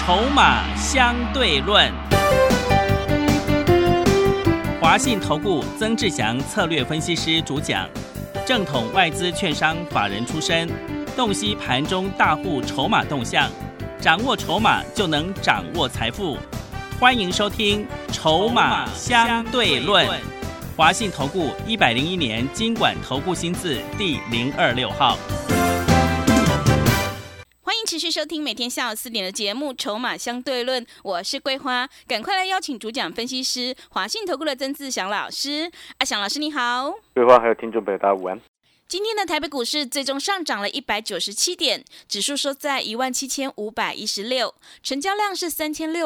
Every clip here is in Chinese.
筹码相对论。华信投顾曾志祥策略分析师主讲，正统外资券商法人出身，洞悉盘中大户筹码动向，掌握筹码就能掌握财富。欢迎收听《筹码相对论》。华信投顾101年金管投顾新字第026号。 欢迎持续收听每天下午4点的节目《筹码相对论》，我是桂花，赶快来邀请主讲分析师华信投顾的曾志祥老师。阿祥老师你好。 桂花还有听众朋友大家午安。 今天的台北股市最终上涨了197点，指数收在17516，成交量是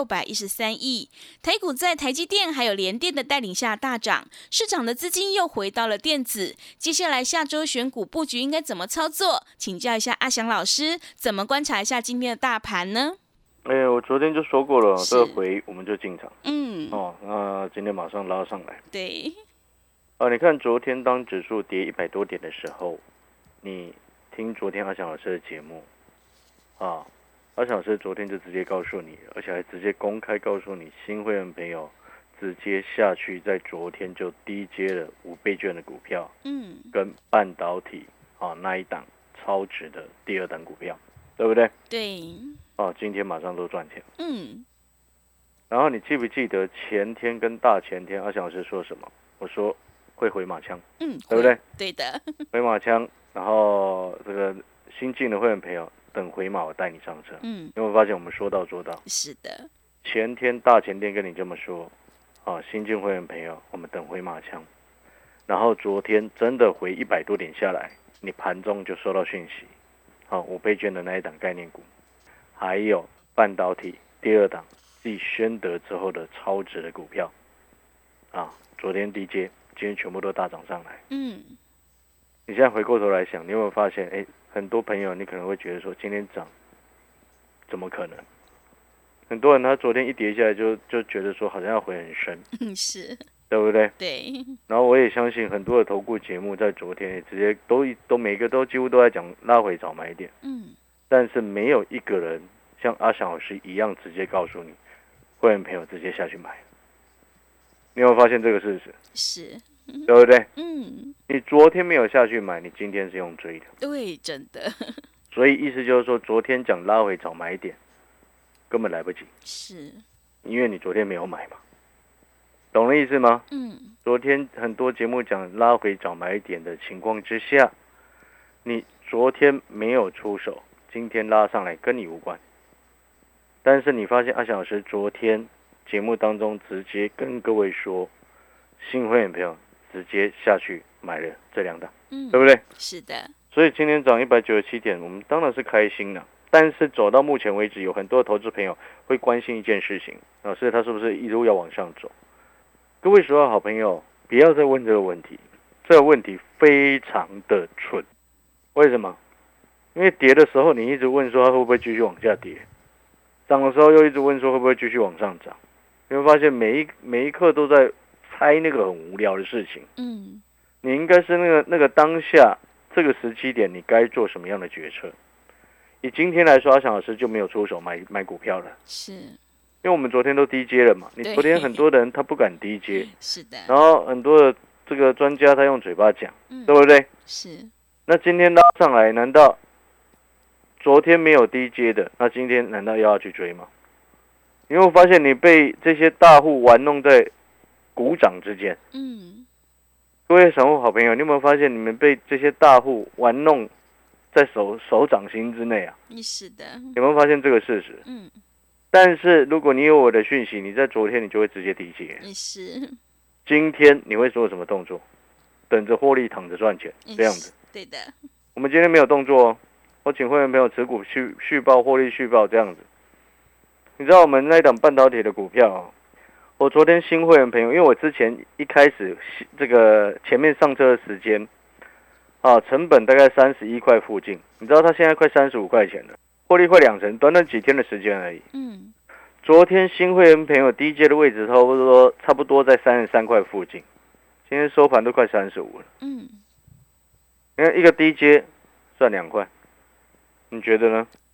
3613亿。台股在台积电还有联电的带领下大涨，市场的资金又回到了电子。接下来下周选股布局应该怎么操作？请教一下阿翔老师，怎么观察一下今天的大盘呢？ 我昨天就说过了，这回我们就进场。那今天马上拉上来。 对。 你看昨天当指数跌100多点的时候，你听昨天阿翔老师的节目阿翔老师昨天就直接告诉你，而且还直接公开告诉你，新会员朋友直接下去在昨天就低接了5倍券的股票，跟半导体那一档超值的第二档股票，对不对？ 对。 今天马上都赚钱。然后你记不记得前天跟大前天阿翔老师说什么？我说会回马枪，对不对？ 对的， 回马枪。然后这个新进的会员朋友，等回马我带你上车。有没有发现我们说到做到？ 是的。 前天、大前天跟你这么说，新进会员朋友，我们等回马枪。然后昨天真的回100多点下来，你盘中就收到讯息，5倍券的那一档概念股，还有半导体第二档继宣德之后的超值的股票，昨天低接，今天全部都大涨上来。你现在回过头来想，你有没有发现，很多朋友你可能会觉得说，今天涨，怎么可能？很多人他昨天一跌下来就觉得说，好像要回很深， 是， 对不对？ 对。 然后我也相信很多的投顾节目在昨天也直接都每个都几乎都在讲拉回找买点，但是没有一个人像阿翔老师一样直接告诉你，会员朋友直接下去买。你有没有发现这个事实？ 是， 对不对？你昨天没有下去买，你今天是用追的。 对，真的。 所以意思就是说，昨天讲拉回找买点，根本来不及。 是， 因为你昨天没有买嘛，懂了意思吗？昨天很多节目讲拉回找买点的情况之下，你昨天没有出手，今天拉上来跟你无关。但是你发现阿翔老师昨天节目当中直接跟各位说，新会员朋友直接下去买了这两档，对不对？ 是的。 所以今天涨197点，我们当然是开心了。但是走到目前为止，有很多投资朋友会关心一件事情，老师他是不是一路要往上走？各位所有好朋友，不要再问这个问题，这个问题非常的蠢。为什么？因为跌的时候你一直问说它会不会继续往下跌，涨的时候又一直问说会不会继续往上涨。你会发现每一刻都在猜那个很无聊的事情。你应该是那个当下这个时期点，你该做什么样的决策？以今天来说，阿翔老师就没有出手买股票了， 是， 因为我们昨天都低接了嘛。你昨天很多人他不敢低接， 是的。 然后很多的这个专家他用嘴巴讲，对不对？ 是。 那今天拉上来，难道昨天没有低接的，那今天难道又要去追吗？你会发现你被这些大户玩弄在股掌之间。各位散户好朋友，你有没有发现你们被这些大户玩弄在手掌心之内啊？ 是的。 有没有发现这个事实？但是如果你有我的讯息，你在昨天你就会直接低接。 是。 今天你会做什么动作？等着获利，躺着赚钱，这样子。 对的。 我们今天没有动作哦，我请会员朋友持股续报，获利续报这样子。你知道我们那一档半导体的股票我昨天新会员朋友，因为我之前一开始这个前面上车的时间成本大概31块附近，你知道它现在快35块钱了，获利快2成，短短几天的时间而已。昨天新会员朋友低阶的位置差不多在33块附近，今天收盘都快35了。你看一个低阶赚2块，你觉得呢？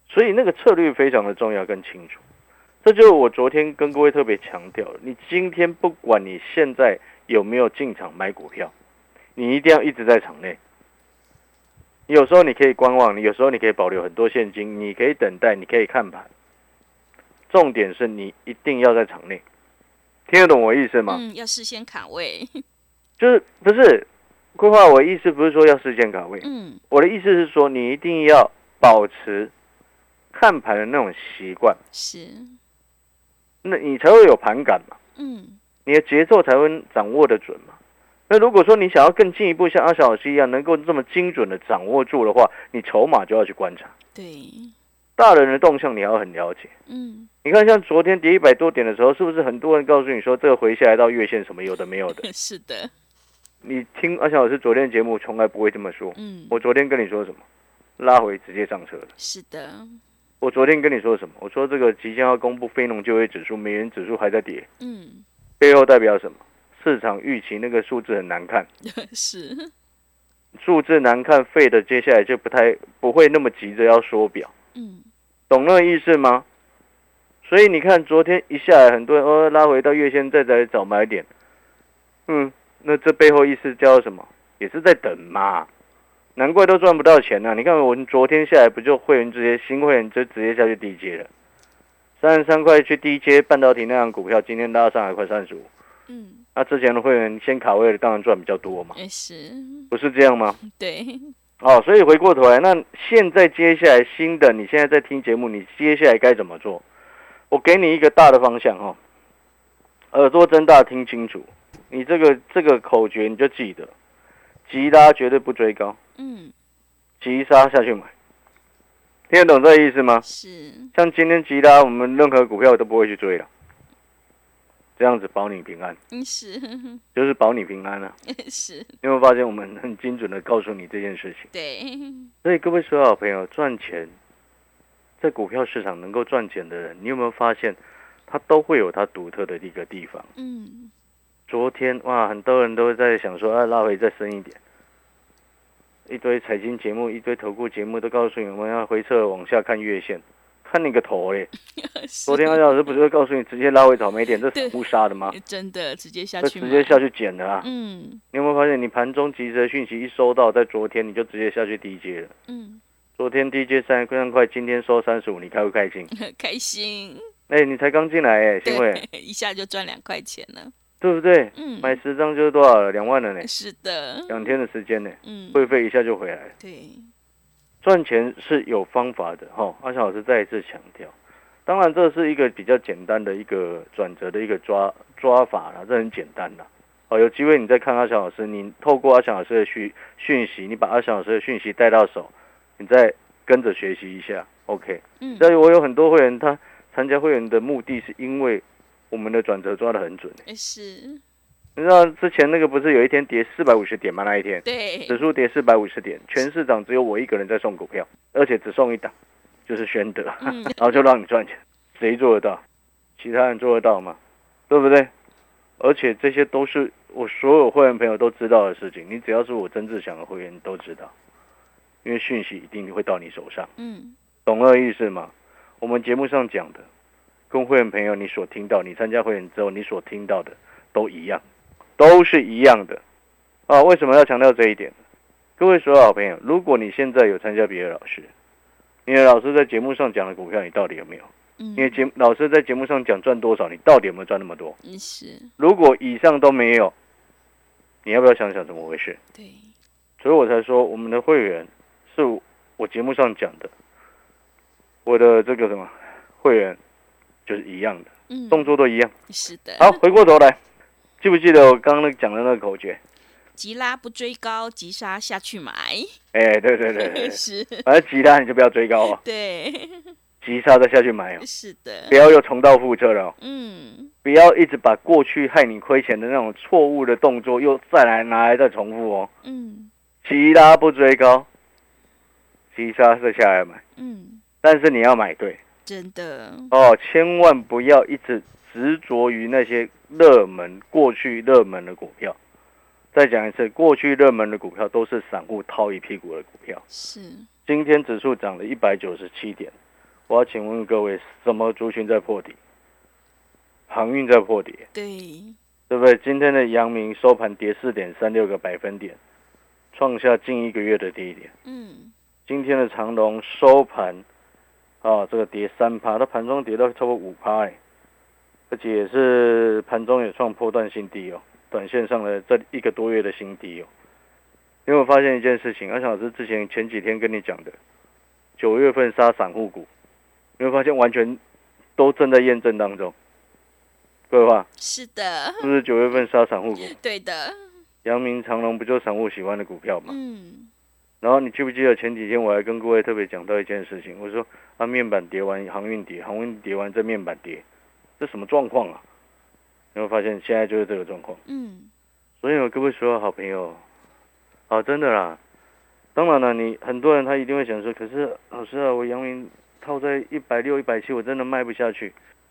所以那个策略非常的重要跟清楚。这就是我昨天跟各位特别强调的，你今天不管你现在有没有进场买股票，你一定要一直在场内。有时候你可以观望，有时候你可以保留很多现金，你可以等待，你可以看盘。重点是你一定要在场内，听得懂我意思吗？ 要事先卡位。 就是不是规划？我的意思不是说要事先卡位，我的意思是说你一定要保持看盘的那种习惯， 是， 那你才会有盘感嘛，你的节奏才会掌握得准嘛。那如果说你想要更进一步像阿翔老师一样能够这么精准的掌握住的话，你筹码就要去观察， 对， 大人的动向你要很了解。你看像昨天跌100多点的时候，是不是很多人告诉你说这个回下来到月线什么有的没有的？ 是的。 你听阿翔老师昨天的节目从来不会这么说。我昨天跟你说什么？拉回直接上车了。 是的。 我昨天跟你说什么？我说这个即将要公布非农就业指数，美元指数还在跌。背后代表什么？市场预期那个数字很难看。 是。 数字难看，费的接下来就不会那么急着要缩表。懂那个意思吗？所以你看昨天一下来，很多人拉回到月线再来找买点。那这背后意思叫什么？也是在等嘛。难怪都赚不到钱啊！你看我们昨天下来，不就会员新会员就直接下去低接了，33块去低接半导体那样股票，今天拉上来快35。那之前的会员先卡位的，当然赚比较多嘛。 是， 不是这样吗？ 对。 所以回过头来，那现在接下来新的，你现在在听节目，你接下来该怎么做？我给你一个大的方向哦，耳朵睁大听清楚，你这个口诀你就记得，急拉绝对不追高，急杀下去买，听得懂这个意思吗？ 是。像今天急拉，我们任何股票都不会去追了，这样子保你平安。 是， 就是保你平安啊。 是。 你有没有发现我们很精准的告诉你这件事情？ 对。 所以各位所有好朋友，赚钱在股票市场能够赚钱的人，你有没有发现他都会有他独特的一个地方？昨天哇，很多人都在想说，拉回再深一点。一堆财经节目、一堆投顾节目都告诉你，我们要回撤往下看月线，看你个头嘞！昨天阿老师不是会告诉你，直接拉回草莓点，这是误杀的吗？ 真的，直接下去， 直接下去捡的啊！你有没有发现，你盘中即时的讯息一收到，在昨天你就直接下去低接了？昨天低接3块，今天收35，你开不开心？ 开心。 你才刚进来新会一下就赚2块钱了。 对不对？买10张就是多少了？2万了呢。 是的 ，2天的时间呢，会费一下就回来了。 对， 赚钱是有方法的阿翔老师再一次强调，当然这是一个比较简单的一个转折的一个抓法啦，这很简单啦。有机会你再看阿翔老师，你透过阿翔老师的讯息，你把阿翔老师的讯息带到手，你再跟着学习一下 ，OK。所以我有很多会员，他参加会员的目的是因为我们的转折抓得很准。 是。 你知道之前那个不是有一天跌450点吗？那一天， 对， 指数跌450点，全市场只有我一个人在送股票，而且只送一档，就是宣德，然后就让你赚钱，谁做得到？其他人做得到吗？对不对？而且这些都是我所有会员朋友都知道的事情，你只要是我曾志祥的会员，你都知道，因为讯息一定会到你手上。懂那个意思吗？我们节目上讲的，跟会员朋友你所听到，你参加会员之后你所听到的都一样，都是一样的为什么要强调这一点？各位所有好朋友，如果你现在有参加别的老师，你的老师在节目上讲的股票，你到底有没有？因为老师在节目上讲赚多少，你到底有没有赚那么多？如果以上都没有，你要不要想想怎么回事？ 对， 所以我才说我们的会员是我节目上讲的，我的这个什么会员就是一样的，动作都一样。 是的。 好，回过头来，记不记得我刚刚讲的那个口诀？ 急拉不追高，急杀下去买。 对， 是。 反正急拉你就不要追高哦。 对。 急杀再下去买哦。 是的。 不要又重蹈覆辙了不要一直把过去害你亏钱的那种错误的动作又再来拿来再重复哦。急拉不追高，急杀再下来买。但是你要买对。 真的。 千万不要一直执着于那些过去热门的股票。再讲一次，过去热门的股票都是散户套一屁股的股票。 是。 今天指数涨了197点， 我要请问各位，什么族群在破底？航运在破底，对不对？今天的阳明收盘跌4.36个百分点，创下近1个月的低点。今天的长荣收盘这个跌3%，它盘中跌到超过5%，而且也是盘中也创波段新低哦，短线上的这1个多月的新低哦。因为我发现一件事情，阿翔老师前几天跟你讲的，9月份杀散户股，你会发现完全都正在验证当中。各位话， 是的， 是不是9月份杀散户股？ 对的， 阳明长荣不就散户喜欢的股票吗？然后你记不记得前几天我还跟各位特别讲到一件事情，我说面板跌完航运跌，航运跌完再面板跌，这什么状况啊？你会发现现在就是这个状况。所以各位所有好朋友，真的啦。当然了，你很多人他一定会想说，可是老师啊，我阳明套在160、170，我真的卖不下去。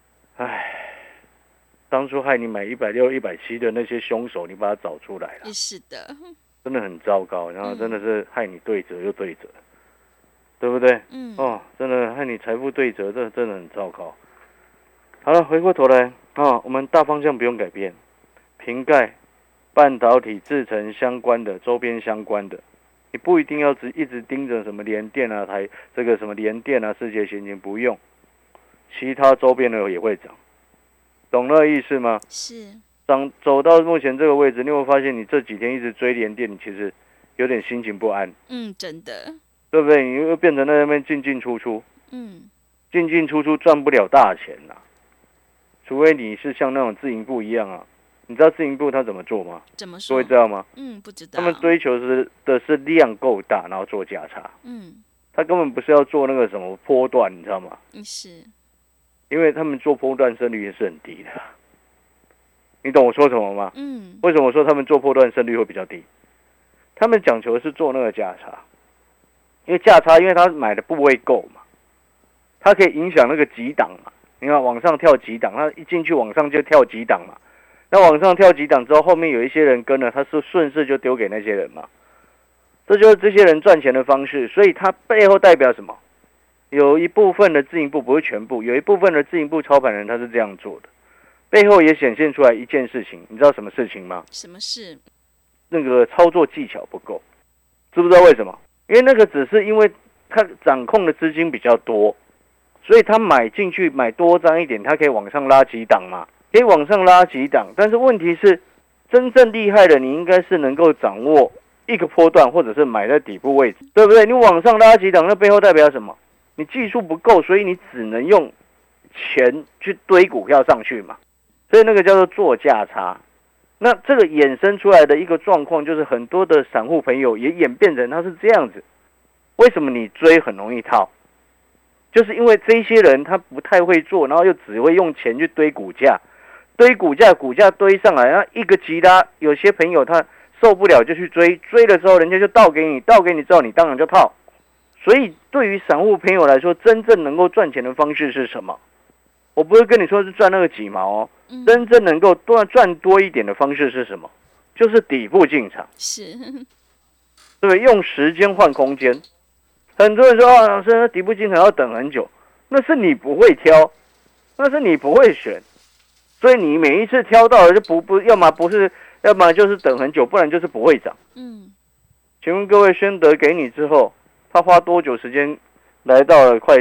当初害你买160、170的那些凶手，你把他找出来了。 是的， 真的很糟糕，然后真的是害你对折又对折，对不对？真的害你财富对折，这真的很糟糕。好了，回过头来我们大方向不用改变，瓶盖、半导体制程相关的、周边相关的，你不一定要一直盯着什么联电啊、这个什么联电啊、世界先进，不用，其他周边的也会涨，懂那意思吗？ 是。 走到目前这个位置，你会发现你这几天一直追联电，你其实有点心情不安。 真的， 对不对？你又变成在那边进进出出，进进出出赚不了大钱啦。除非你是像那种自营部一样啊，你知道自营部他怎么做吗？ 怎么说？ 各位知道吗？ 不知道。 他们追求的是量够大，然后做价差。他根本不是要做那个什么波段，你知道吗？ 是。 因为他们做波段胜率也是很低的。你懂我说什么吗？为什么说他们做波段胜率会比较低？他们讲求的是做那个价差，因为价差，因为他买的部位够嘛，它可以影响那个几档嘛。你看往上跳几档，他一进去往上就跳几档嘛。那往上跳几档之后，后面有一些人跟了，他是顺势就丢给那些人嘛。这就是这些人赚钱的方式，所以它背后代表什么？有一部分的自营部，不是全部，有一部分的自营部操盘人他是这样做的。背后也显现出来一件事情，你知道什么事情吗？ 什么事？ 那个操作技巧不够，知不知道为什么？因为那个只是因为他掌控的资金比较多，所以他买进去买多张一点，他可以往上拉几档嘛，可以往上拉几档。但是问题是，真正厉害的你应该是能够掌握一个波段，或者是买在底部位置，对不对？你往上拉几档，那背后代表什么？你技术不够，所以你只能用钱去堆股票上去嘛。所以那个叫做做价差。那这个衍生出来的一个状况，就是很多的散户朋友也演变成他是这样子。为什么你追很容易套？就是因为这些人他不太会做，然后又只会用钱去堆股价，股价堆上来，那一个急拉，有些朋友他受不了就去追，追了之后人家就倒给你之后，你当然就套。所以对于散户朋友来说，真正能够赚钱的方式是什么？我不会跟你说是赚那个几毛哦，真正能够赚多一点的方式是什么？就是底部进场， 是， 对不对？用时间换空间。很多人说老师，底部进场要等很久，那是你不会挑，那是你不会选，所以你每一次挑到的就要么不是，要么就是等很久，不然就是不会涨。请问各位，宣德给你之后，他花多久时间来到了快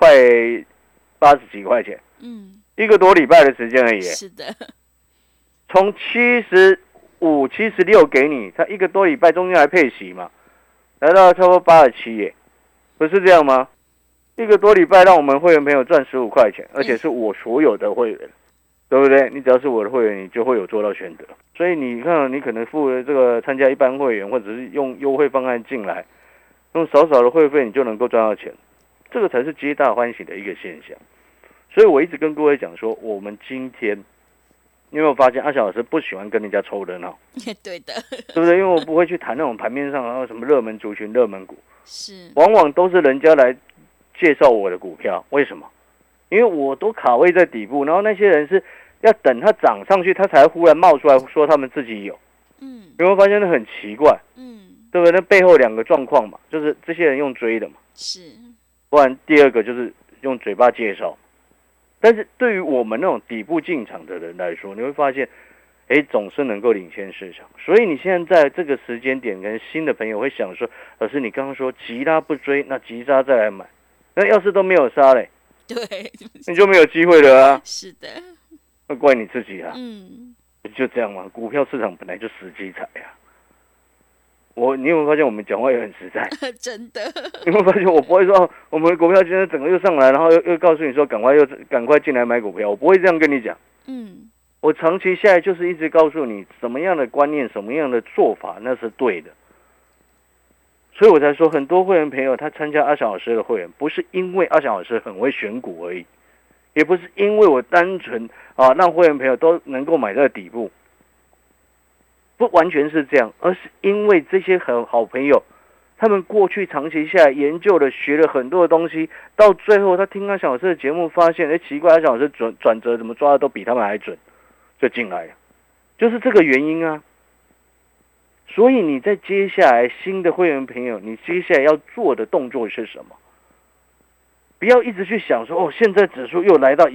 80几块钱？1个多礼拜的时间而已。 是的， 从75、76给你，他1个多礼拜中间还配息嘛，来到差不多87耶，不是这样吗？1个多礼拜让我们会员朋友赚15块钱，而且是我所有的会员，对不对？你只要是我的会员，你就会有做到选择。所以你看，你可能付了这个参加一般会员，或者是用优惠方案进来，用少少的会费你就能够赚到钱，这个才是皆大欢喜的一个现象。所以我一直跟各位讲说，我们今天，你有没有发现阿翔老师不喜欢跟人家凑热闹？ 对的， 对不对？因为我不会去谈那种盘面上然后什么热门族群、热门股， 是， 往往都是人家来介绍我的股票。为什么？因为我都卡位在底部，然后那些人是要等它涨上去，他才忽然冒出来说他们自己有。有没有发现那很奇怪？对不对？那背后2个状况嘛，就是这些人用追的嘛， 是， 不然第二个就是用嘴巴介绍。但是对于我们那种底部进场的人来说，你会发现，总是能够领先市场。所以你现在在这个时间点，跟新的朋友会想说，老师你刚刚说急拉不追，那急杀再来买，那要是都没有杀嘞， 对， 你就没有机会了啊。 是的， 那怪你自己啊。 嗯， 就这样嘛，股票市场本来就时机财啊。你有没有发现我们讲话也很实在？ 真的， 你有没有发现我不会说我们的股票今天整个又上来，然后又告诉你说赶快进来买股票，我不会这样跟你讲。 嗯， 我长期下来就是一直告诉你什么样的观念、什么样的做法那是对的，所以我才说很多会员朋友他参加阿翔老师的会员，不是因为阿翔老师很会选股而已，也不是因为我单纯让会员朋友都能够买在底部。不完全是这样，而是因为这些很好朋友，他们过去长期下来研究了、学了很多的东西，到最后他听阿翔老师的节目，发现奇怪，阿翔老师转折怎么抓的都比他们还准，就进来了，就是这个原因啊。所以你在接下来新的会员朋友，你接下来要做的动作是什么？不要一直去想说现在指数又来到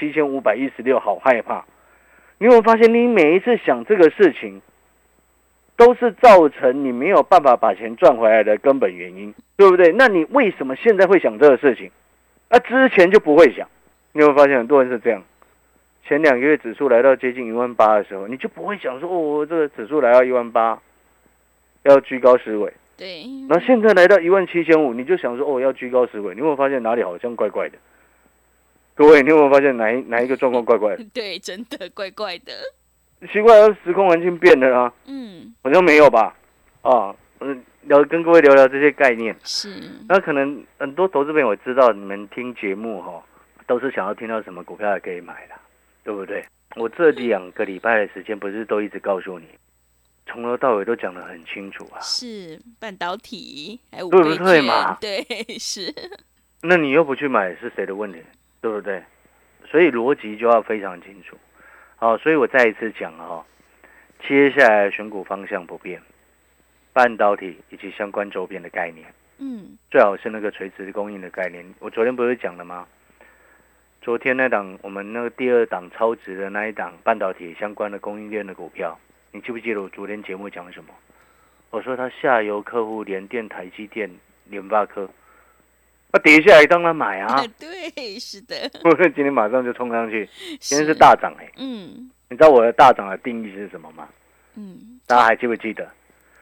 17516，好害怕。你有没有发现，你每一次想这个事情，都是造成你没有办法把钱赚回来的根本原因，对不对？那你为什么现在会想这个事情？之前就不会想。你有没有发现很多人是这样？前2个月指数来到接近18000的时候，你就不会想说这个指数来到18000，要居高思维。 对。 然后现在来到17500，你就想说要居高思维。你有没有发现哪里好像怪怪的？各位，你有没有发现哪一个状况怪怪的？ 对，真的怪怪的。 奇怪，时空环境变了啦。好像没有吧？跟各位聊聊这些概念。 是。 那可能很多投资朋友知道，你们听节目都是想要听到什么股票也可以买的，对不对？我这2个礼拜的时间，不是都一直告诉你，从头到尾都讲得很清楚啊。 是半导体，还有对不对嘛？ 对，是。 那你又不去买，是谁的问题？对不对？所以逻辑就要非常清楚。所以我再一次讲接下来选股方向不变，半导体以及相关周边的概念，最好是那个垂直供应的概念。我昨天不是讲了吗？昨天那档我们那个第2档超值的那一档半导体相关的供应链的股票，你记不记得我昨天节目讲什么？我说它下游客户联电、台积电、联发科，跌下来当然买啊。 对，是的。 今天马上就冲上去，今天是大涨你知道我的大涨的定义是什么吗？大家还记不记得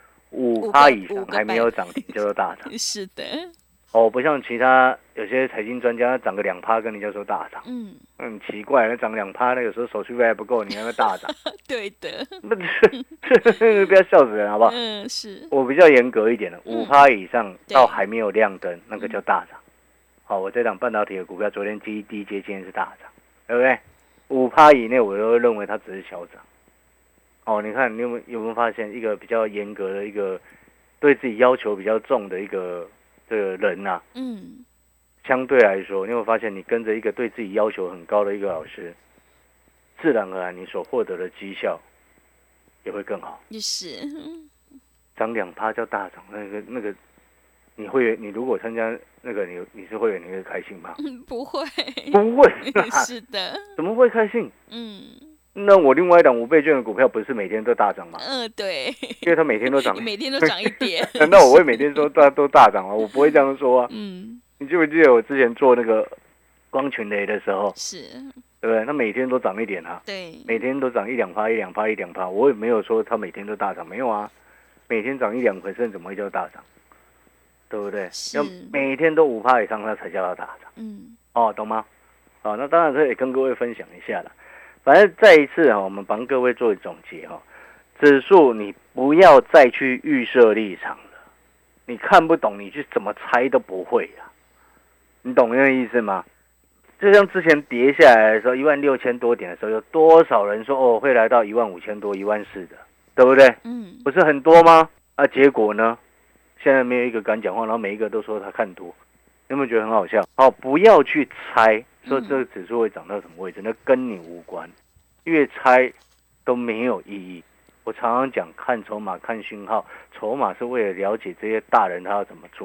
？5%以上还没有涨停叫做大涨。 是的。 不像其他有些财经专家涨个2%跟你叫做大涨。很奇怪，那涨2%，那有时候手续费还不够，你还会大涨。 对的。 不要笑死人好不好？ 是。我比较严格一点的，5%以上到还没有亮灯，那个叫大涨。我这档半导体的股票昨天第一阶今天是大涨，对不对？5%以内我都认为它只是小涨。你看你有没有发现一个比较严格的一个对自己要求比较重的一个这个人啊？相对来说，你有没有发现你跟着一个对自己要求很高的一个老师，自然而然你所获得的绩效也会更好。 是。 涨2%叫大涨，那个你会员，你如果参加那个你是会员，你会开心吗？ 不会。 不会。 是的。 怎么会开心？那我另外一档5倍券的股票不是每天都大涨吗？ 对。 因为它每天都涨。 每天都涨一点。 难道我会每天说都大涨吗？我不会这样说啊。你记不记得我之前做那个光群雷的时候？ 是。 对不对？它每天都涨一点啊。 对。 每天都涨1-2%，我也没有说它每天都大涨，没有啊。每天涨1-2%怎么会叫大涨？对不对？要每天都5%以上，它才叫它大涨。懂吗？那当然可以跟各位分享一下了。反正再一次我们帮各位做总结指数你不要再去预设立场了，你看不懂，你去怎么猜都不会啊。你懂那个意思吗？就像之前跌下来的时候，16000多点的时候，有多少人说会来到15000多、14000的，对不对？不是很多吗？结果呢？现在没有一个敢讲话，然后每一个都说他看多，有没有觉得很好笑？不要去猜说这个指数会涨到什么位置，那跟你无关，越猜都没有意义。我常常讲看筹码、看讯号，筹码是为了了解这些大人他要怎么做，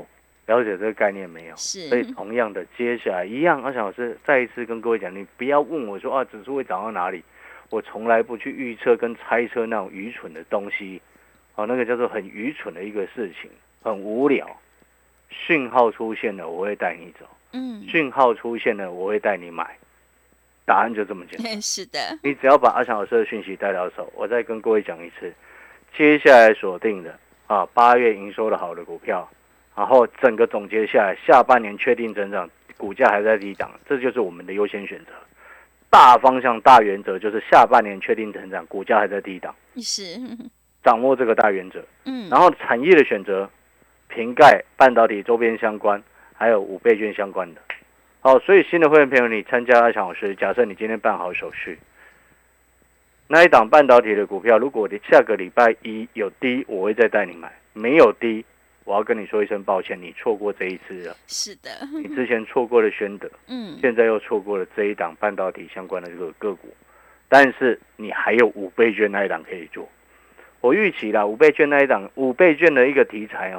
了解这个概念没有？ 是。 所以同样的，接下来一样，阿翔老师再一次跟各位讲，你不要问我说指数会涨到哪里，我从来不去预测跟猜测那种愚蠢的东西，那个叫做很愚蠢的一个事情，很无聊。讯号出现了，我会带你走。讯号出现了，我会带你买。答案就这么简单。 是的， 你只要把阿翔老师的讯息带到手，我再跟各位讲一次，接下来锁定的8月营收的好的股票，然后整个总结下来，下半年确定成长，股价还在低档，这就是我们的优先选择。大方向、大原则就是下半年确定成长，股价还在低档， 是掌握这个大原则。然后产业的选择，瓶盖、半导体周边相关，还有5倍券相关的。好，所以新的会员朋友，你参加阿翔老师，假设你今天办好手续，那一档半导体的股票，如果你下个礼拜一有低，我会再带你买；没有低，我要跟你说一声抱歉，你错过这一次了。 是的， 你之前错过了宣德，现在又错过了这一档半导体相关的这个个股，但是你还有5倍券那一档可以做。我预期啦，5倍券那一档，5倍券的一个题材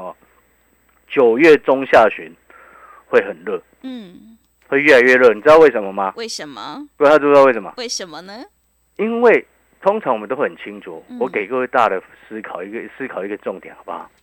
9月中下旬会很热，会越来越热。你知道为什么吗？ 为什么？ 不知道为什么？ 为什么呢？ 因为通常我们都很清楚，我给各位大的思考一个重点，好不好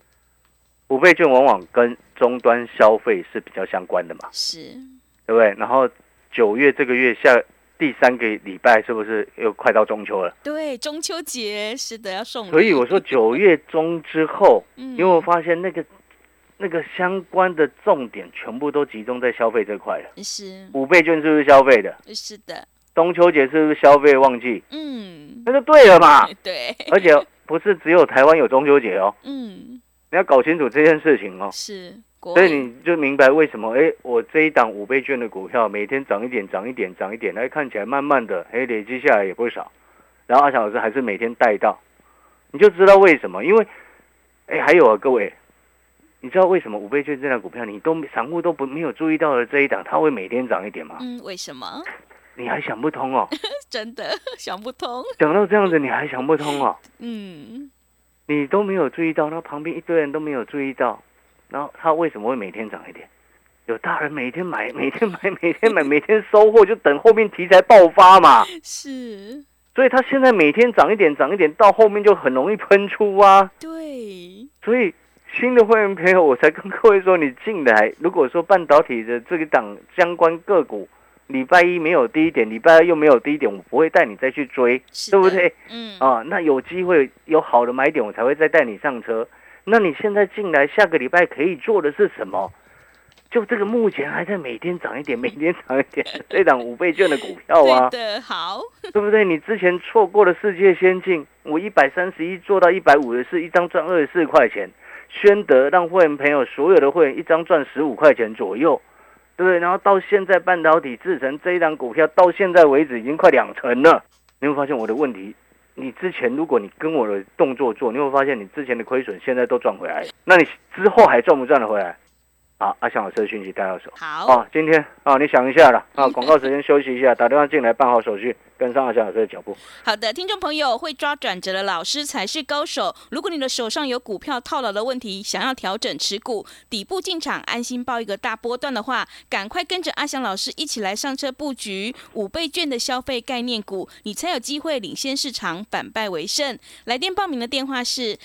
？5倍券往往跟终端消费是比较相关的嘛， 是， 对不对？然后9月这个月第3个礼拜是不是又快到中秋了？ 对，中秋节是的，要送礼。 所以我说9月中之后，因为我发现那个相关的重点全部都集中在消费这块了。 是 5倍券是不是消费的？ 是的。 中秋节是不是消费旺季？那就对了嘛。 对， 而且不是只有台湾有中秋节哦。你要搞清楚这件事情哦。 是。 所以你就明白为什么我这一档5倍券的股票每天涨一点，涨一点，涨一点，看起来慢慢的累积下来也不少。然后阿翔老师还是每天带到，你就知道为什么。因为还有各位，你知道为什么5倍券这档股票你散户都没有注意到的这一档，它会每天涨一点吗？ 为什么？ 你还想不通哦？ 真的想不通。 讲到这样子，你还想不通哦？你都没有注意到，那旁边一堆人都没有注意到，然后它为什么会每天涨一点？有大人每天买，每天买，每天买，每天收获，就等后面题材爆发嘛。 是。 所以它现在每天涨一点，涨一点，到后面就很容易喷出啊。 对。 所以新的会员朋友，我才跟各位说，你进来，如果说半导体的这个档相关个股，礼拜一没有低点，礼拜二又没有低点，我不会带你再去追，对不对？那有机会有好的买点，我才会再带你上车。那你现在进来，下个礼拜可以做的是什么？就这个目前还在每天涨一点，每天涨一点这档5倍券的股票啊， 对的，好， 对不对？你之前错过了世界先进，我131做到154，一张赚24块钱。宣德让会员朋友所有的会员一张赚15块钱左右，对不对？然后到现在半导体制成这一档股票，到现在为止已经快2成了。你会发现我的问题，你之前如果你跟我的动作做，你会发现你之前的亏损现在都赚回来了，那你之后还赚不赚得回来？好，阿翔老师的讯息带到手。 好， 今天你想一下了广告时间休息一下，打电话进来办好手续，跟上阿翔老师的脚步。 好的，听众朋友，会抓转折的老师才是高手。如果你的手上有股票套牢的问题，想要调整持股，底部进场，安心抱一个大波段的话，赶快跟着阿翔老师一起来上车布局5倍券的消费概念股，你才有机会领先市场，反败为胜。来电报名的电话是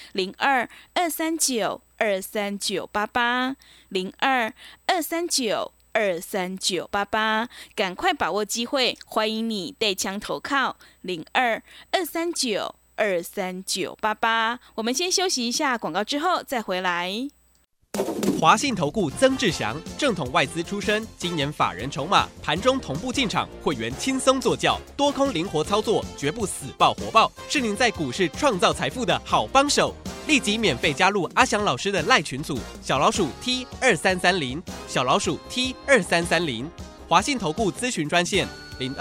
02-239-23988，02-239-23988，赶快把握机会，欢迎你带枪投靠02-239-23988。我们先休息一下广告，之后再回来。 华信投顾曾志祥，正统外资出身，今年法人筹码，盘中同步进场，会员轻松做教，多空灵活操作，绝不死抱活抱，是您在股市创造财富的好帮手。立即免费加入阿翔老师的赖群组，小老鼠 T2330，小老鼠 T2330，华信投顾咨询专线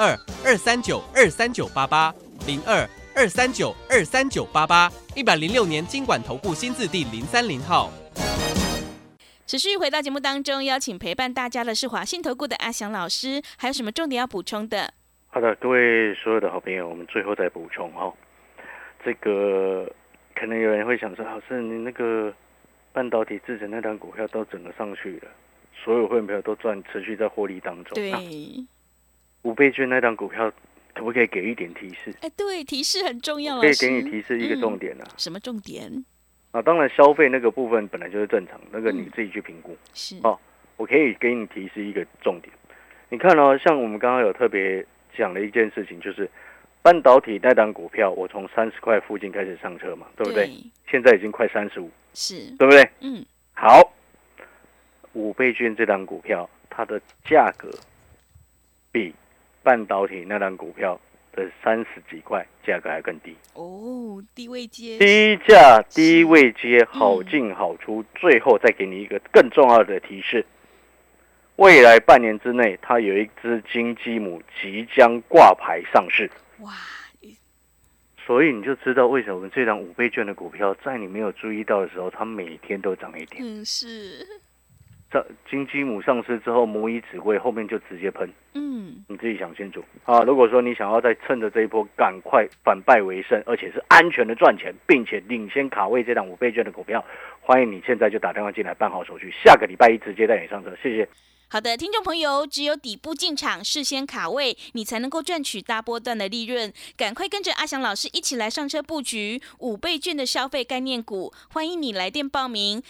02-239-23988，02-239-23988，106年金管投顾新字第030号。 持续回到节目当中，邀请陪伴大家的是华信投顾的阿翔老师，还有什么重点要补充的？ 好的，各位所有的好朋友，我们最后再补充这个可能有人会想说，老师你那个半导体制成那档股票都整个上去了，所有会员朋友都持续在获利当中。 对 ，5倍券那档股票可不可以给一点提示？ 对，提示很重要。 可以给你提示一个重点什么重点？ 当然消费那个部分本来就是正常，那个你自己去评估。 是我可以给你提示一个重点。你看像我们刚刚有特别讲的一件事情，就是半导体那档股票，我从30块附近开始上车嘛，对不对？现在已经快35， 是， 对不对？好，5倍券这档股票，它的价格比半导体那档股票的30几块价格还更低。 低位接， 低价低位接，好进好出。最后再给你一个更重要的提示，未来半年之内，它有一只金鸡母即将挂牌上市。 哇！ 所以你就知道为什么我们这档5倍券的股票，在你没有注意到的时候，它每天都涨一点。 是。 金鸡母上市之后，母以子贵，后面就直接喷。你自己想清楚啊！如果说你想要再趁着这一波赶快反败为胜，而且是安全的赚钱，并且领先卡位这档5倍券的股票，欢迎你现在就打电话进来办好手续，下个礼拜一直接带你上车。谢谢。 好的，听众朋友，只有底部进场，事先卡位，你才能够赚取大波段的利润。赶快跟着阿翔老师一起来上车布局5倍券的消费概念股，欢迎你来电报名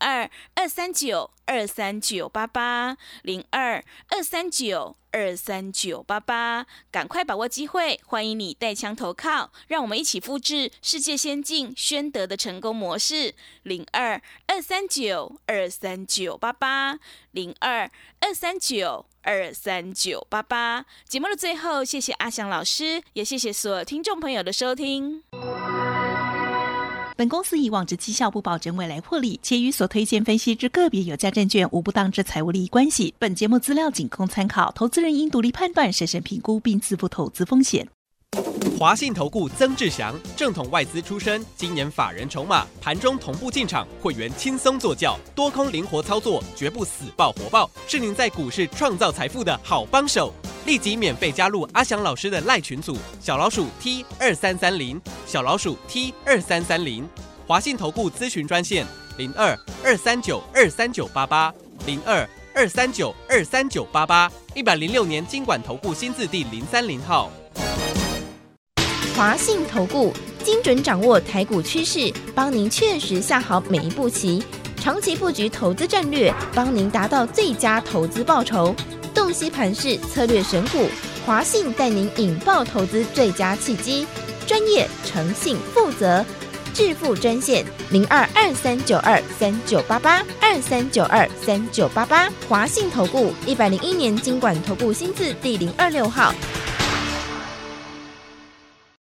02-239-23988 02-239-23988，赶快把握机会，欢迎你带枪投靠，让我们一起复制世界先进宣德的成功模式。02-239-23988 02-239-23988。节目的最后，谢谢阿翔老师，也谢谢所有听众朋友的收听。 本公司以往之绩效不保证未来获利，且与所推荐分析之个别有价证券无不当之财务利益关系。本节目资料仅供参考，投资人应独立判断、审慎评估并自负投资风险。 华信投顾曾志祥，正统外资出身，今年法人筹码，盘中同步进场，会员轻松做教，多空灵活操作，绝不死抱活抱，是您在股市创造财富的好帮手。立即免费加入阿翔老师的赖群组，小老鼠 T2330，小老鼠 T2330，华信投顾咨询专线02-239-23988 02-239-23988， 106年金管投顾新字第030号。 华信投顾精准掌握台股趋势，帮您确实下好每一步棋，长期布局投资战略，帮您达到最佳投资报酬。洞悉盘势，策略选股，华信带您引爆投资最佳契机，专业、诚信、负责，致富专线02-2392-3988 2392-3988，华信投顾101年金管投顾新字第026号。